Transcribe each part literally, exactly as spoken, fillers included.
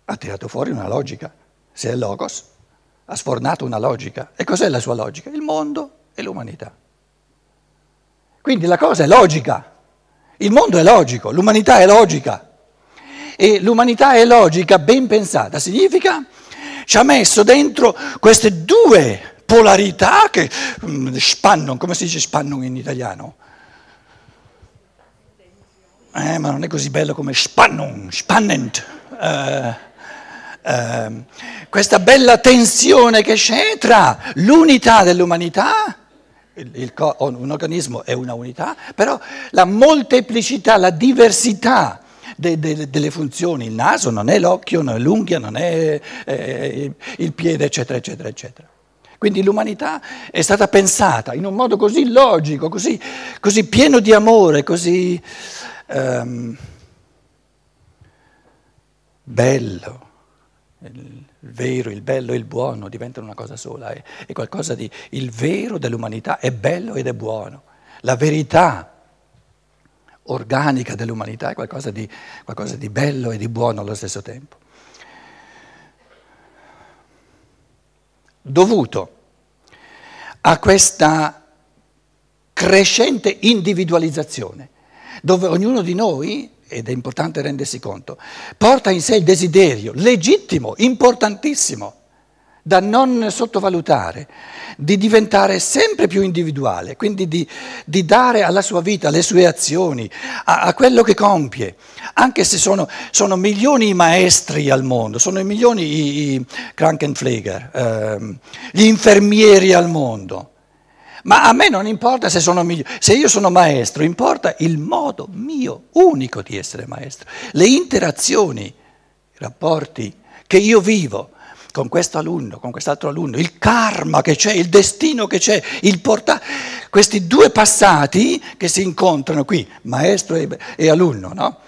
ha tirato fuori una logica. Se è logos, ha sfornato una logica. E cos'è la sua logica? Il mondo e l'umanità. Quindi la cosa è logica. Il mondo è logico, l'umanità è logica. E l'umanità è logica ben pensata. Significa, ci ha messo dentro queste due polarità che mm, spannano, come si dice spannano in italiano? Eh, ma non è così bello come spannung, spannend. Uh, uh, questa bella tensione che c'è tra l'unità dell'umanità, il, il, un organismo è una unità, però la molteplicità, la diversità de, de, delle funzioni, il naso non è l'occhio, non è l'unghia, non è eh, il piede, eccetera, eccetera, eccetera. Quindi l'umanità è stata pensata in un modo così logico, così, così pieno di amore, così um, bello. Il vero, il bello e il buono diventano una cosa sola, è, è qualcosa di, il vero dell'umanità è bello ed è buono, la verità organica dell'umanità è qualcosa di, qualcosa di bello e di buono allo stesso tempo. Dovuto a questa crescente individualizzazione, dove ognuno di noi, ed è importante rendersi conto, porta in sé il desiderio legittimo, importantissimo, da non sottovalutare, di diventare sempre più individuale, quindi di, di dare alla sua vita, alle sue azioni, a, a quello che compie, anche se sono, sono milioni i maestri al mondo, sono milioni i, i Krankenpfleger, ehm, gli infermieri al mondo. Ma a me non importa se sono migliore, se io sono maestro, importa il modo mio unico di essere maestro, le interazioni, i rapporti che io vivo con questo alunno, con quest'altro alunno, il karma che c'è, il destino che c'è, il portare, questi due passati che si incontrano qui, maestro e, e alunno, no?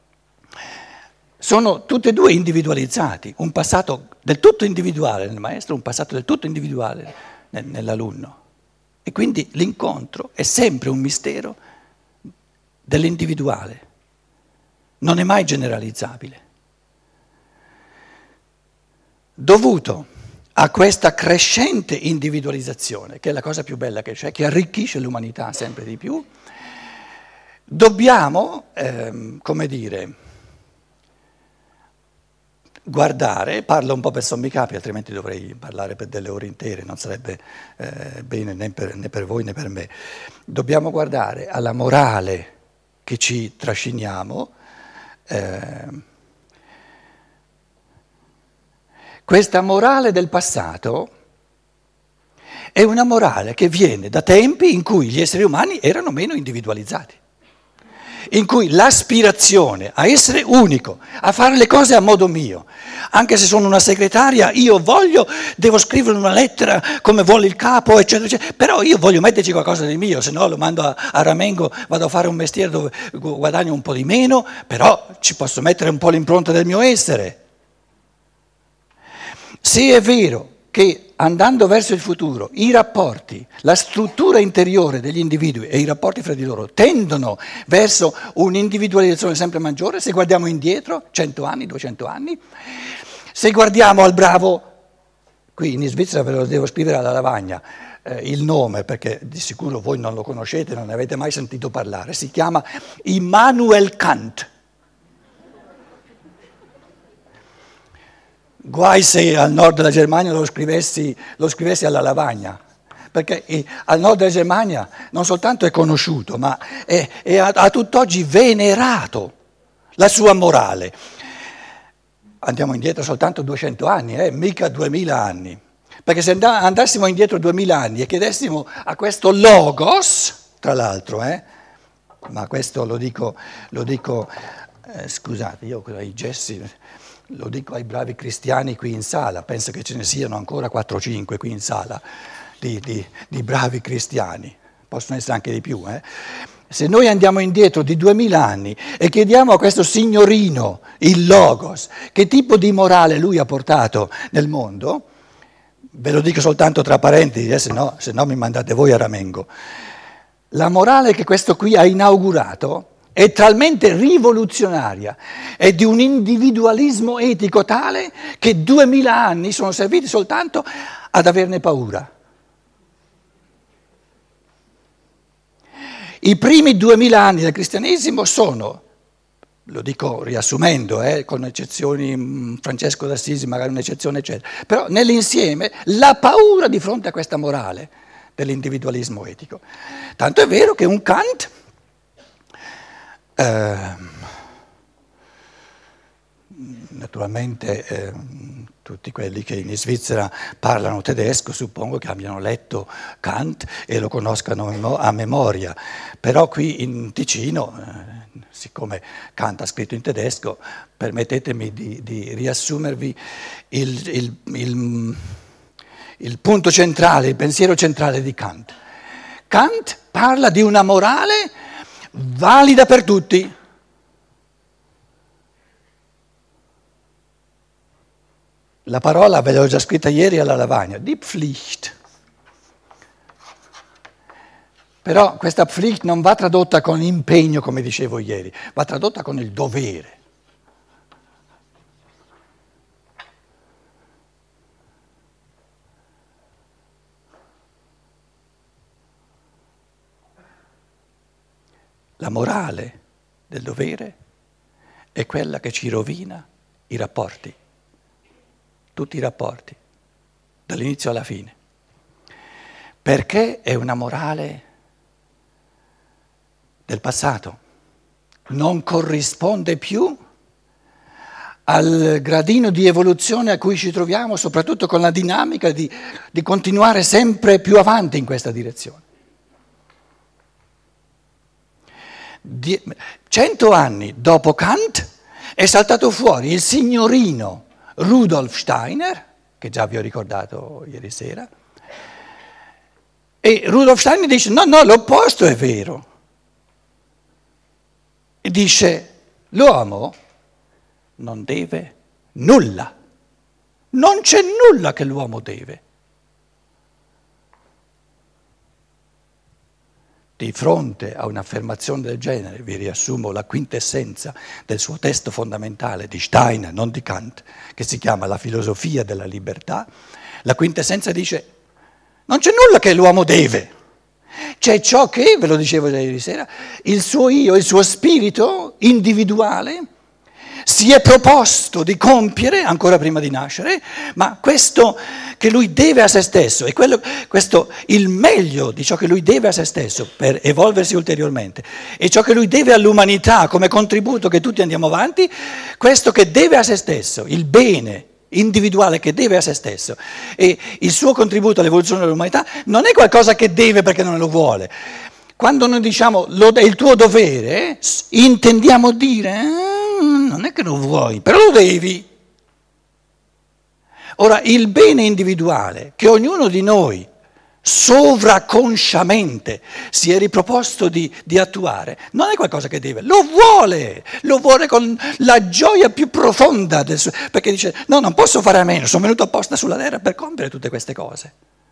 Sono tutti e due individualizzati, un passato del tutto individuale nel maestro, un passato del tutto individuale nel, nell'alunno. E quindi l'incontro è sempre un mistero dell'individuale, non è mai generalizzabile. Dovuto a questa crescente individualizzazione, che è la cosa più bella che c'è, che arricchisce l'umanità sempre di più, dobbiamo, ehm, come dire, guardare, parlo un po' per sommi capi, altrimenti dovrei parlare per delle ore intere, non sarebbe eh, bene né per, né per voi né per me. Dobbiamo guardare alla morale che ci trasciniamo. Eh, questa morale del passato è una morale che viene da tempi in cui gli esseri umani erano meno individualizzati, in cui l'aspirazione a essere unico, a fare le cose a modo mio, anche se sono una segretaria, io voglio, devo scrivere una lettera come vuole il capo, eccetera, eccetera, però io voglio metterci qualcosa di mio, se no lo mando a, a Ramengo, vado a fare un mestiere dove guadagno un po' di meno, però ci posso mettere un po' l'impronta del mio essere. Se è vero che andando verso il futuro i rapporti, la struttura interiore degli individui e i rapporti fra di loro tendono verso un'individualizzazione sempre maggiore, se guardiamo indietro, cento anni, duecento anni, se guardiamo al bravo, qui in Svizzera ve lo devo scrivere alla lavagna, eh, il nome perché di sicuro voi non lo conoscete, non ne avete mai sentito parlare, si chiama Immanuel Kant. Guai se al nord della Germania lo scrivessi, lo scrivessi alla lavagna, perché eh, al nord della Germania non soltanto è conosciuto, ma è, è a, a tutt'oggi venerato la sua morale. Andiamo indietro soltanto duecento anni, eh, mica duemila anni, perché se and- andassimo indietro duemila anni e chiedessimo a questo logos, tra l'altro, eh, ma questo lo dico, lo dico eh, scusate, io i gessi... Lo dico ai bravi cristiani qui in sala, penso che ce ne siano ancora quattro o cinque qui in sala di, di, di bravi cristiani, possono essere anche di più. Eh? Se noi andiamo indietro di duemila anni e chiediamo a questo signorino, il Logos, che tipo di morale lui ha portato nel mondo, ve lo dico soltanto tra parentesi, eh, se no, se no mi mandate voi a Ramengo, la morale che questo qui ha inaugurato è talmente rivoluzionaria, è di un individualismo etico tale che duemila anni sono serviti soltanto ad averne paura. I primi duemila anni del cristianesimo sono, lo dico riassumendo, eh, con eccezioni, mh, Francesco d'Assisi magari un'eccezione eccetera, però nell'insieme la paura di fronte a questa morale dell'individualismo etico. Tanto è vero che un Kant, eh, naturalmente eh, tutti quelli che in Svizzera parlano tedesco suppongo che abbiano letto Kant e lo conoscano a memoria, però qui in Ticino, eh, siccome Kant ha scritto in tedesco, permettetemi di, di riassumervi il, il, il, il punto centrale, il pensiero centrale di Kant. Kant parla di una morale valida per tutti. La parola ve l'ho già scritta ieri alla lavagna, die Pflicht. Però questa Pflicht non va tradotta con impegno, come dicevo ieri, va tradotta con il dovere. La morale del dovere è quella che ci rovina i rapporti. Tutti i rapporti, dall'inizio alla fine. Perché è una morale del passato, non corrisponde più al gradino di evoluzione a cui ci troviamo, soprattutto con la dinamica di, di continuare sempre più avanti in questa direzione. Die, cento anni dopo Kant è saltato fuori il signorino Rudolf Steiner, che già vi ho ricordato ieri sera, e Rudolf Steiner dice no, no, l'opposto è vero. E dice l'uomo non deve nulla, non c'è nulla che l'uomo deve. Di fronte a un'affermazione del genere, vi riassumo la quintessenza del suo testo fondamentale di Steiner, non di Kant, che si chiama La filosofia della libertà, la quintessenza dice non c'è nulla che l'uomo deve, c'è ciò che, ve lo dicevo già ieri sera, il suo io, il suo spirito individuale si è proposto di compiere ancora prima di nascere, ma questo che lui deve a se stesso, e quello, questo il meglio di ciò che lui deve a se stesso per evolversi ulteriormente, e ciò che lui deve all'umanità come contributo che tutti andiamo avanti, questo che deve a se stesso, il bene individuale che deve a se stesso, e il suo contributo all'evoluzione dell'umanità non è qualcosa che deve perché non lo vuole. Quando noi diciamo lo, è il tuo dovere, intendiamo dire eh, non è che lo vuoi, però lo devi. Ora, il bene individuale che ognuno di noi sovraconsciamente si è riproposto di, di attuare, non è qualcosa che deve, lo vuole, lo vuole con la gioia più profonda, del suo, perché dice no, non posso fare a meno, sono venuto apposta sulla terra per compiere tutte queste cose.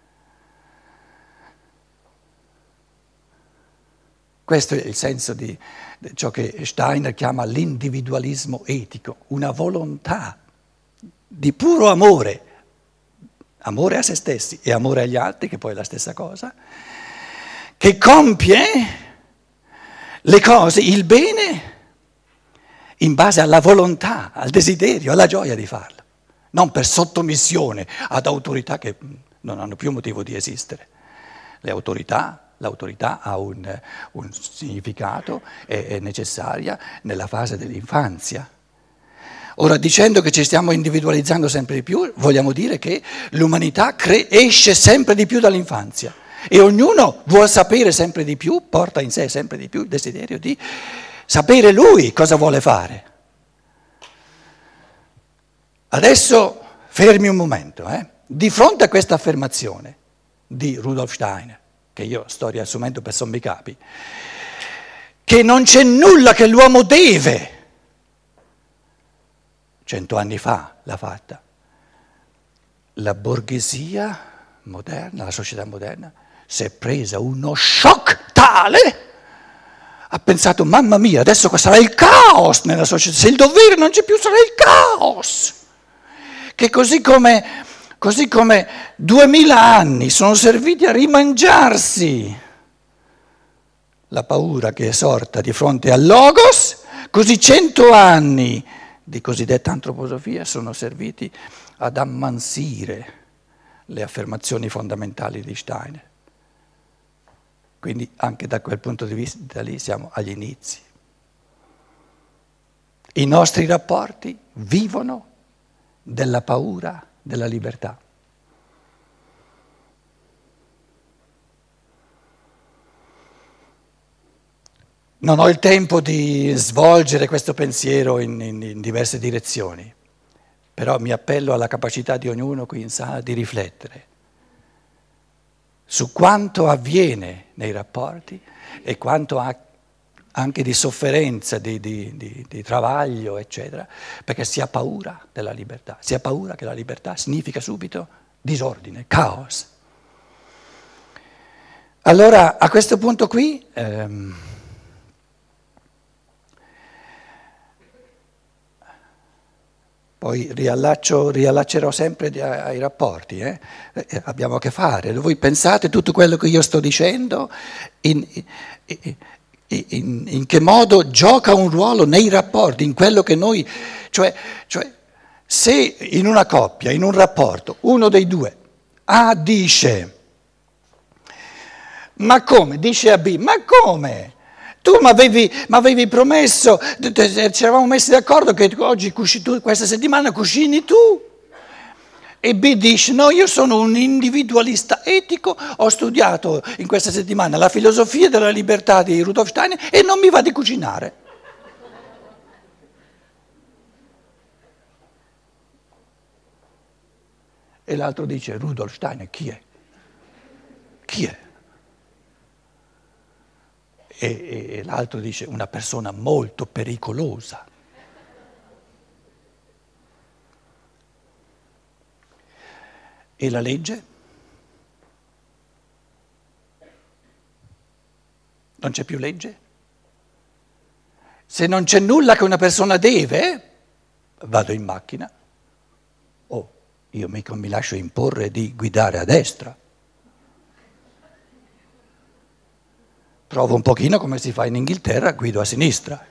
Questo è il senso di ciò che Steiner chiama l'individualismo etico, una volontà di puro amore, amore a se stessi e amore agli altri, che poi è la stessa cosa, che compie le cose, il bene, in base alla volontà, al desiderio, alla gioia di farlo, non per sottomissione ad autorità che non hanno più motivo di esistere. Le autorità, l'autorità ha un, un significato, è, è necessaria nella fase dell'infanzia. Ora, dicendo che ci stiamo individualizzando sempre di più, vogliamo dire che l'umanità cre- esce sempre di più dall'infanzia e ognuno vuol sapere sempre di più, porta in sé sempre di più il desiderio di sapere lui cosa vuole fare. Adesso fermi un momento, eh? Di fronte a questa affermazione di Rudolf Steiner, che io sto riassumendo per sommi capi, che non c'è nulla che l'uomo deve. Cento anni fa l'ha fatta. La borghesia moderna, la società moderna, si è presa uno shock tale, ha pensato, mamma mia, adesso qua sarà il caos nella società, se il dovere non c'è più sarà il caos. Che così come, così come duemila anni sono serviti a rimangiarsi la paura che è sorta di fronte al logos, così cento anni di cosiddetta antroposofia sono serviti ad ammansire le affermazioni fondamentali di Steiner. Quindi anche da quel punto di vista lì siamo agli inizi. I nostri rapporti vivono della paura della libertà. Non ho il tempo di svolgere questo pensiero in, in, in diverse direzioni, però mi appello alla capacità di ognuno qui in sala di riflettere su quanto avviene nei rapporti e quanto ha anche di sofferenza, di, di, di, di travaglio, eccetera, perché si ha paura della libertà, si ha paura che la libertà significa subito disordine, caos. Allora, a questo punto qui, ehm, poi riallaccio, riallaccerò sempre ai, ai rapporti, eh? Eh, abbiamo a che fare. Voi pensate tutto quello che io sto dicendo, in, in, in, in che modo gioca un ruolo nei rapporti, in quello che noi, cioè, cioè se in una coppia, in un rapporto, uno dei due A dice, ma come? Dice a B, ma come? Tu mi avevi, avevi promesso, ci eravamo messi d'accordo che oggi cuci tu, questa settimana cucini tu. E B dice, no, io sono un individualista etico, ho studiato in questa settimana la filosofia della libertà di Rudolf Steiner e non mi va di cucinare. E l'altro dice, Rudolf Steiner chi è? Chi è? E, e l'altro dice una persona molto pericolosa. E la legge? Non c'è più legge? Se non c'è nulla che una persona deve, vado in macchina. Oh, io mica mi lascio imporre di guidare a destra. Provo un pochino come si fa in Inghilterra, guido a sinistra.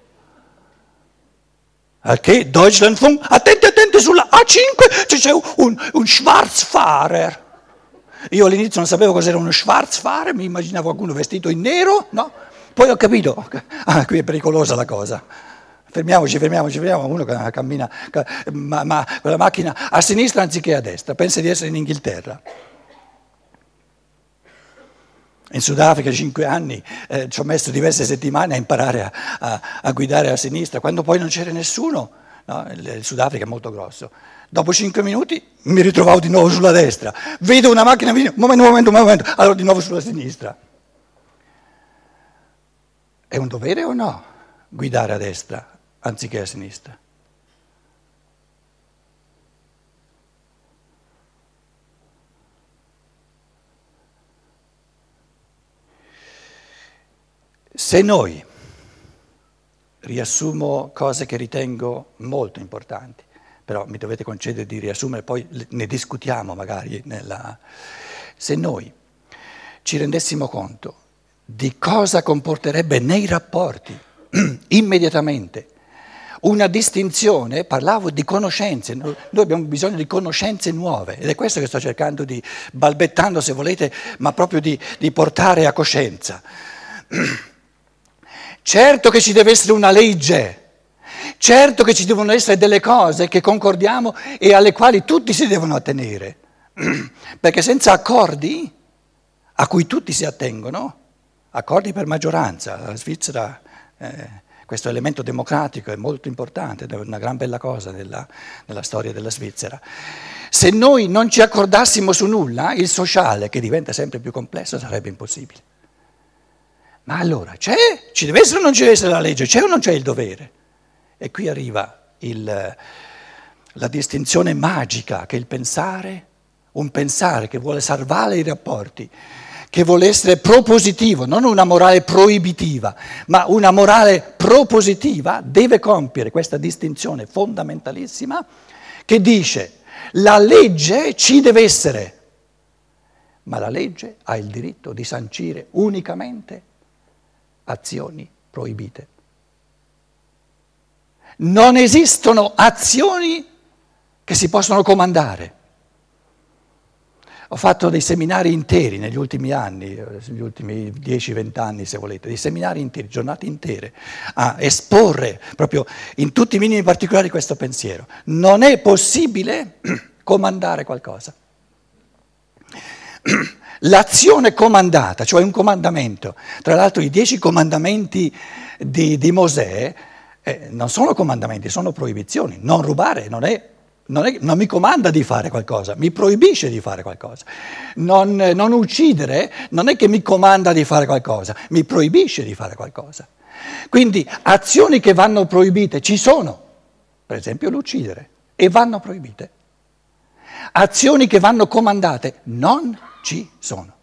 Al che Deutschlandfunk, attenti, attenti, sulla A cinque c'è un, un Schwarzfahrer. Io all'inizio non sapevo cos'era uno Schwarzfahrer, mi immaginavo qualcuno vestito in nero, no? Poi ho capito, ah, qui è pericolosa la cosa. Fermiamoci, fermiamoci, fermiamo, uno che cammina, ma, ma con la macchina a sinistra anziché a destra, pensa di essere in Inghilterra. In Sudafrica cinque anni eh, ci ho messo diverse settimane a imparare a, a, a guidare a sinistra, quando poi non c'era nessuno, no? il, il Sudafrica è molto grosso. Dopo cinque minuti mi ritrovavo di nuovo sulla destra, vedo una macchina vicino, un momento, un momento, un momento, allora di nuovo sulla sinistra. È un dovere o no guidare a destra anziché a sinistra? Se noi, riassumo cose che ritengo molto importanti, però mi dovete concedere di riassumere, poi ne discutiamo magari, nella... se noi ci rendessimo conto di cosa comporterebbe nei rapporti, immediatamente, una distinzione, parlavo di conoscenze, noi abbiamo bisogno di conoscenze nuove ed è questo che sto cercando di, balbettando se volete, ma proprio di, di portare a coscienza. Certo che ci deve essere una legge, certo che ci devono essere delle cose che concordiamo e alle quali tutti si devono attenere, perché senza accordi a cui tutti si attengono, accordi per maggioranza, la Svizzera, eh, questo elemento democratico è molto importante, è una gran bella cosa nella, nella storia della Svizzera. Se noi non ci accordassimo su nulla, il sociale, che diventa sempre più complesso, sarebbe impossibile. Ma allora c'è, ci deve essere o non ci deve essere la legge, c'è o non c'è il dovere? E qui arriva il, la distinzione magica che il pensare, un pensare che vuole salvare i rapporti, che vuole essere propositivo, non una morale proibitiva, ma una morale propositiva, deve compiere questa distinzione fondamentalissima che dice la legge ci deve essere, ma la legge ha il diritto di sancire unicamente azioni proibite. Non esistono azioni che si possono comandare. Ho fatto dei seminari interi negli ultimi anni, negli ultimi dieci venti anni se volete, dei seminari interi, giornate intere, a esporre proprio in tutti i minimi particolari questo pensiero. Non è possibile comandare qualcosa. L'azione comandata, cioè un comandamento, tra l'altro i dieci comandamenti di, di Mosè eh, non sono comandamenti, sono proibizioni. Non rubare non è... Non, è, non mi comanda di fare qualcosa, mi proibisce di fare qualcosa. Non, non uccidere non è che mi comanda di fare qualcosa, mi proibisce di fare qualcosa. Quindi azioni che vanno proibite ci sono, per esempio l'uccidere, e vanno proibite. Azioni che vanno comandate non ci sono.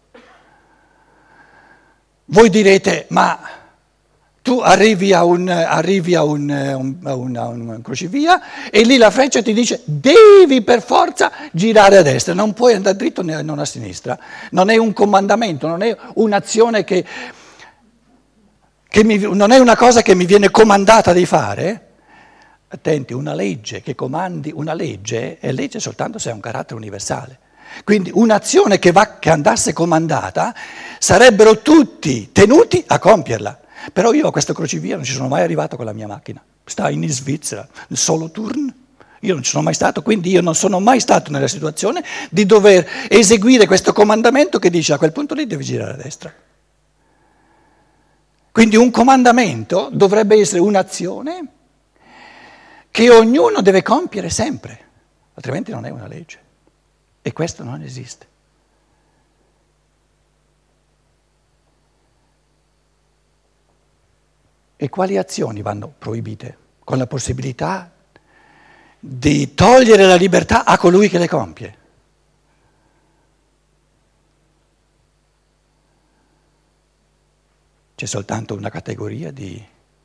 Voi direte, ma... Tu arrivi a un, arrivi a un, un, a un, a un crocevia e lì la freccia ti dice devi per forza girare a destra, non puoi andare dritto né non a sinistra. Non è un comandamento, non è un'azione che, che mi, non è una cosa che mi viene comandata di fare. Attenti, una legge che comandi una legge è legge soltanto se ha un carattere universale. Quindi un'azione che, va, che andasse comandata sarebbero tutti tenuti a compierla. Però io a questo crocevia non ci sono mai arrivato con la mia macchina, sta in Svizzera, nel Solothurn, io non ci sono mai stato, quindi io non sono mai stato nella situazione di dover eseguire questo comandamento che dice a quel punto lì devi girare a destra. Quindi un comandamento dovrebbe essere un'azione che ognuno deve compiere sempre, altrimenti non è una legge e questo non esiste. E quali azioni vanno proibite? Con la possibilità di togliere la libertà a colui che le compie. C'è soltanto una categoria di,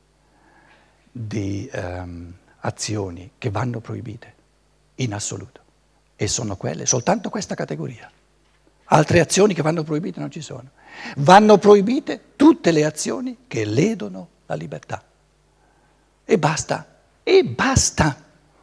di um, azioni che vanno proibite, in assoluto. E sono quelle, soltanto questa categoria. Altre azioni che vanno proibite non ci sono. Vanno proibite tutte le azioni che ledono la libertà. E basta, e basta.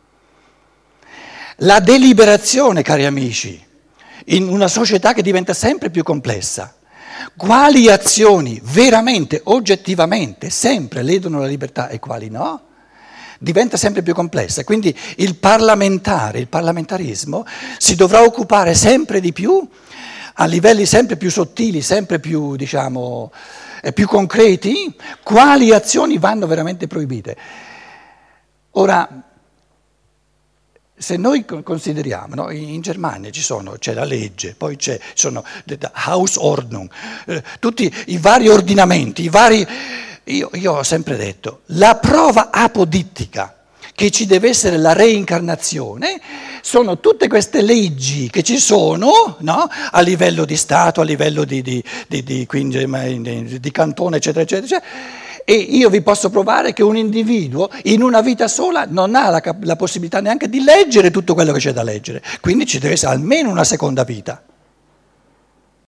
La deliberazione, cari amici, in una società che diventa sempre più complessa, quali azioni veramente, oggettivamente, sempre ledono la libertà e quali no, diventa sempre più complessa. Quindi il parlamentare, il parlamentarismo si dovrà occupare sempre di più, a livelli sempre più sottili, sempre più, diciamo, più concreti, quali azioni vanno veramente proibite. Ora, se noi consideriamo, no, in Germania ci sono, c'è la legge, poi c'è, ci sono Hausordnung, eh, tutti i vari ordinamenti, i vari... Io, io ho sempre detto, la prova apodittica che ci deve essere la reincarnazione sono tutte queste leggi che ci sono, no? A livello di Stato, a livello di, di, di, di, quindi, di cantone, eccetera, eccetera, eccetera. E io vi posso provare che un individuo in una vita sola non ha la, la possibilità neanche di leggere tutto quello che c'è da leggere, quindi ci deve essere almeno una seconda vita.